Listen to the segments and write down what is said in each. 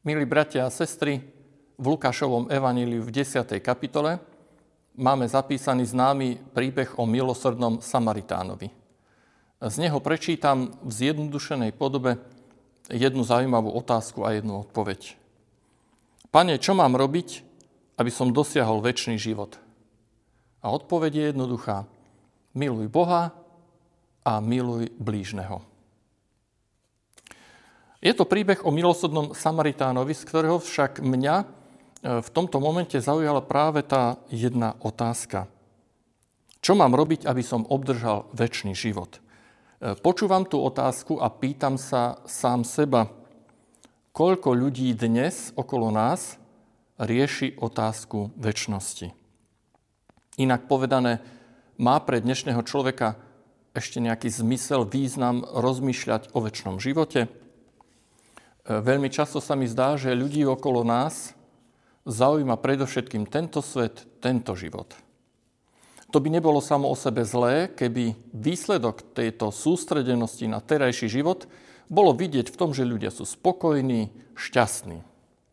Milí bratia a sestry, v Lukášovom evaníliu v 10. kapitole máme zapísaný známy príbeh o milosrdnom Samaritánovi. Z neho prečítam v zjednodušenej podobe jednu zaujímavú otázku a jednu odpoveď. Pane, čo mám robiť, aby som dosiahol večný život? A odpoveď je jednoduchá. Miluj Boha a miluj blížneho. Je to príbeh o milosrdnom Samaritánovi, z ktorého však mňa v tomto momente zaujala práve tá jedna otázka. Čo mám robiť, aby som obdržal večný život? Počúvam tú otázku a pýtam sa sám seba, koľko ľudí dnes okolo nás rieši otázku večnosti. Inak povedané, má pre dnešného človeka ešte nejaký zmysel, význam rozmýšľať o večnom živote? Veľmi často sa mi zdá, že ľudí okolo nás zaujíma predovšetkým tento svet, tento život. To by nebolo samo o sebe zlé, keby výsledok tejto sústredenosti na terajší život bolo vidieť v tom, že ľudia sú spokojní, šťastní.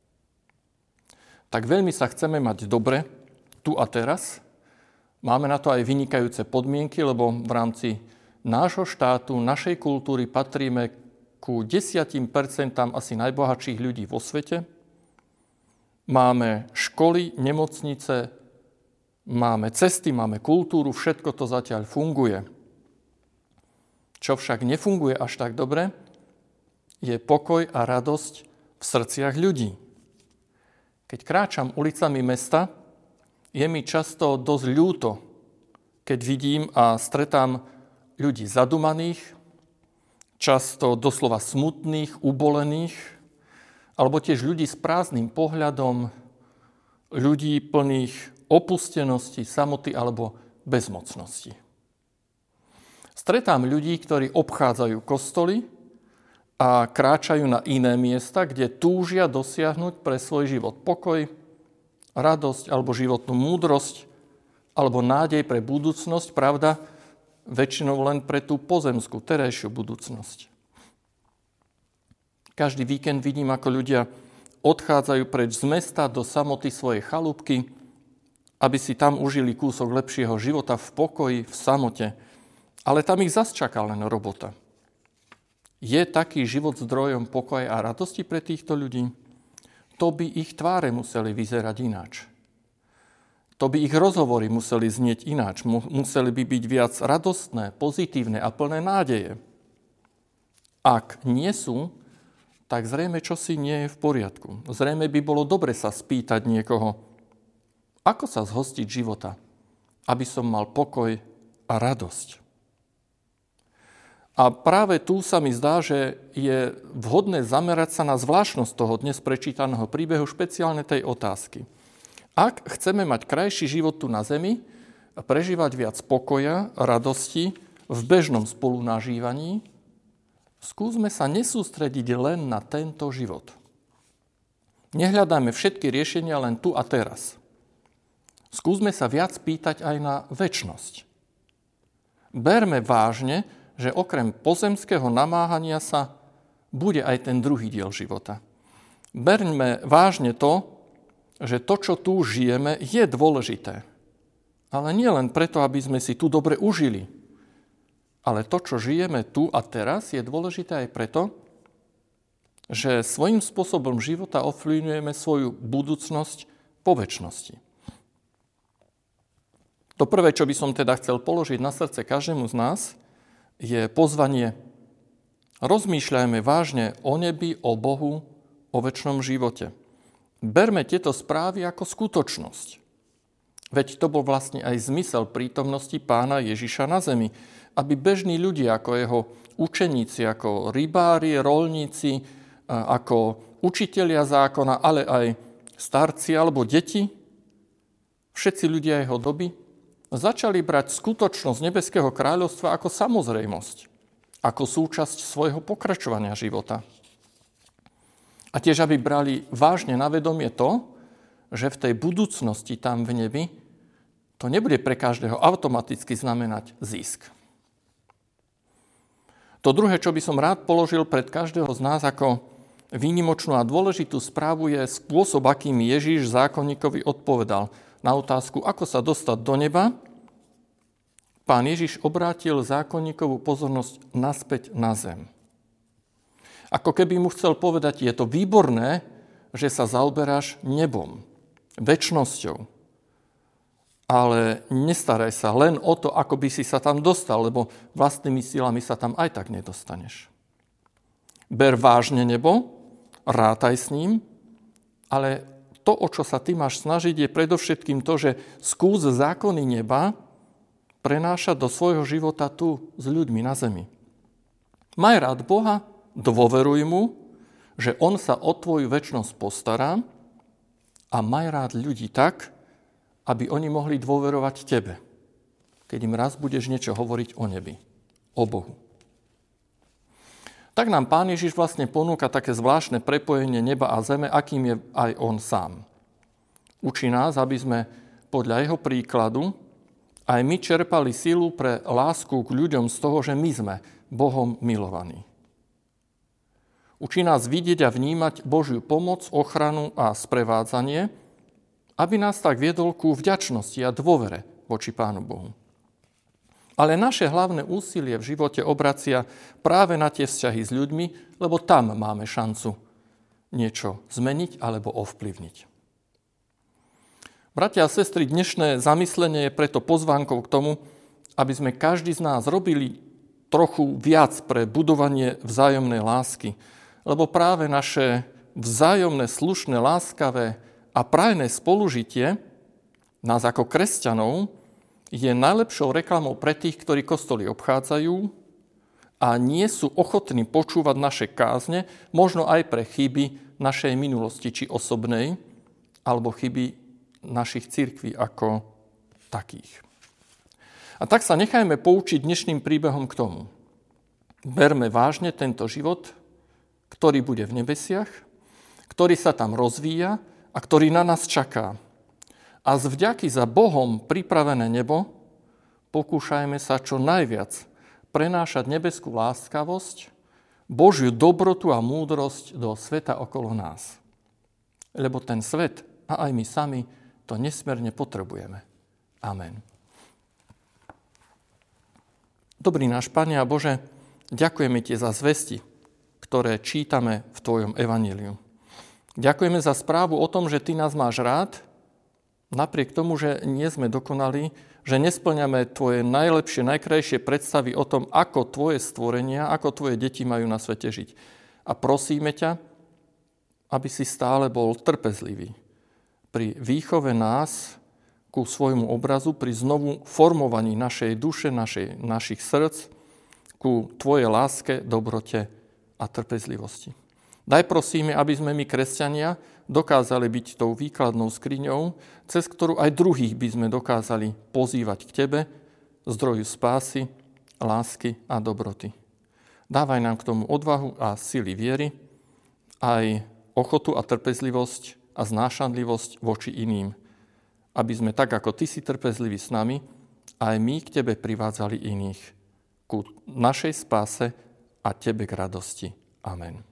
Tak veľmi sa chceme mať dobre tu a teraz. Máme na to aj vynikajúce podmienky, lebo v rámci nášho štátu, našej kultúry patríme ku 10% asi najbohatších ľudí vo svete. Máme školy, nemocnice, máme cesty, máme kultúru, všetko to zatiaľ funguje. Čo však nefunguje až tak dobre, je pokoj a radosť v srdciach ľudí. Keď kráčam ulicami mesta, je mi často dosť ľúto, keď vidím a stretám ľudí zadumaných, často doslova smutných, ubolených, alebo tiež ľudí s prázdnym pohľadom, ľudí plných opustenosti, samoty alebo bezmocnosti. Stretám ľudí, ktorí obchádzajú kostoly a kráčajú na iné miesta, kde túžia dosiahnuť pre svoj život pokoj, radosť alebo životnú múdrosť, alebo nádej pre budúcnosť, pravda, väčšinou len pre tú pozemskú, terajšiu budúcnosť. Každý víkend vidím, ako ľudia odchádzajú preč z mesta do samoty svojej chalúbky, aby si tam užili kúsok lepšieho života v pokoji, v samote. Ale tam ich zas čaká len robota. Je taký život zdrojom pokoja a radosti pre týchto ľudí? To by ich tváre museli vyzerať ináč. To by ich rozhovory museli znieť ináč. Museli by byť viac radostné, pozitívne a plné nádeje. Ak nie sú, tak zrejme čosi nie je v poriadku. Zrejme by bolo dobre sa spýtať niekoho, ako sa zhostiť života, aby som mal pokoj a radosť. A práve tu sa mi zdá, že je vhodné zamerať sa na zvláštnosť toho dnes prečítaného príbehu, špeciálne tej otázky. Ak chceme mať krajší život tu na zemi a prežívať viac pokoja, radosti v bežnom spolunažívaní, skúsme sa nesústrediť len na tento život. Nehľadáme všetky riešenia len tu a teraz. Skúsme sa viac pýtať aj na večnosť. Berme vážne, že okrem pozemského namáhania sa bude aj ten druhý diel života. Berme vážne to, že to, čo tu žijeme, je dôležité. Ale nie len preto, aby sme si tu dobre užili. Ale to, čo žijeme tu a teraz, je dôležité aj preto, že svojím spôsobom života ovplyvňujeme svoju budúcnosť po večnosti. To prvé, čo by som teda chcel položiť na srdce každému z nás, je pozvanie. Rozmýšľajme vážne o nebi, o Bohu, o večnom živote. Berme tieto správy ako skutočnosť. Veď to bol vlastne aj zmysel prítomnosti Pána Ježiša na zemi, aby bežní ľudia ako jeho učeníci, ako rybári, roľníci, ako učitelia zákona, ale aj starci alebo deti, všetci ľudia jeho doby, začali brať skutočnosť nebeského kráľovstva ako samozrejmosť, ako súčasť svojho pokračovania života. A tiež, aby brali vážne na vedomie to, že v tej budúcnosti tam v nebi to nebude pre každého automaticky znamenať zisk. To druhé, čo by som rád položil pred každého z nás ako výnimočnú a dôležitú správu je spôsob, akým Ježiš zákonníkovi odpovedal na otázku, ako sa dostať do neba. Pán Ježiš obrátil zákonníkovú pozornosť naspäť na zem. Ako keby mu chcel povedať, je to výborné, že sa zaoberáš nebom, večnosťou. Ale nestaraj sa len o to, ako by si sa tam dostal, lebo vlastnými silami sa tam aj tak nedostaneš. Ber vážne nebo, rátaj s ním, ale to, o čo sa ty máš snažiť, je predovšetkým to, že skús zákony neba prenášať do svojho života tu s ľuďmi na zemi. Maj rád Boha, dôveruj mu, že on sa o tvoju večnosť postará a maj rád ľudí tak, aby oni mohli dôverovať tebe, keď im raz budeš niečo hovoriť o nebi, o Bohu. Tak nám Pán Ježiš vlastne ponúka také zvláštne prepojenie neba a zeme, akým je aj on sám. Učí nás, aby sme podľa jeho príkladu aj my čerpali silu pre lásku k ľuďom z toho, že my sme Bohom milovaní. Učí nás vidieť a vnímať Božiu pomoc, ochranu a sprevádzanie, aby nás tak viedol ku vďačnosti a dôvere voči Pánu Bohu. Ale naše hlavné úsilie v živote obracia práve na tie vzťahy s ľuďmi, lebo tam máme šancu niečo zmeniť alebo ovplyvniť. Bratia a sestry, dnešné zamyslenie je preto pozvánkou k tomu, aby sme každý z nás robili trochu viac pre budovanie vzájomnej lásky, lebo práve naše vzájomné, slušné, láskavé a prajné spolužitie nás ako kresťanov je najlepšou reklamou pre tých, ktorí kostoly obchádzajú a nie sú ochotní počúvať naše kázne, možno aj pre chyby našej minulosti, či osobnej, alebo chyby našich cirkví ako takých. A tak sa nechajme poučiť dnešným príbehom k tomu. Berme vážne tento život, ktorý bude v nebesiach, ktorý sa tam rozvíja a ktorý na nás čaká. A z vďaky za Bohom pripravené nebo pokúšajme sa čo najviac prenášať nebeskú láskavosť, Božiu dobrotu a múdrosť do sveta okolo nás. Lebo ten svet a aj my sami to nesmierne potrebujeme. Amen. Dobrý náš Pane a Bože, ďakujeme Ti za zvesti, ktoré čítame v Tvojom evanjeliu. Ďakujeme za správu o tom, že Ty nás máš rád, napriek tomu, že nie sme dokonali, že nesplňame Tvoje najlepšie, najkrajšie predstavy o tom, ako Tvoje stvorenia, ako Tvoje deti majú na svete žiť. A prosíme ťa, aby si stále bol trpezlivý pri výchove nás ku svojmu obrazu, pri znovu formovaní našej duše, našich srdc, ku Tvojej láske, dobrote a trpezlivosti. Daj prosíme, aby sme my, kresťania, dokázali byť tou výkladnou skriňou, cez ktorú aj druhých by sme dokázali pozývať k Tebe, zdroju spásy, lásky a dobroty. Dávaj nám k tomu odvahu a sily viery, aj ochotu a trpezlivosť a znášanlivosť voči iným, aby sme tak, ako Ty si trpezlivý s nami, aj my k Tebe privádzali iných, ku našej spáse a Tebe k radosti. Amen.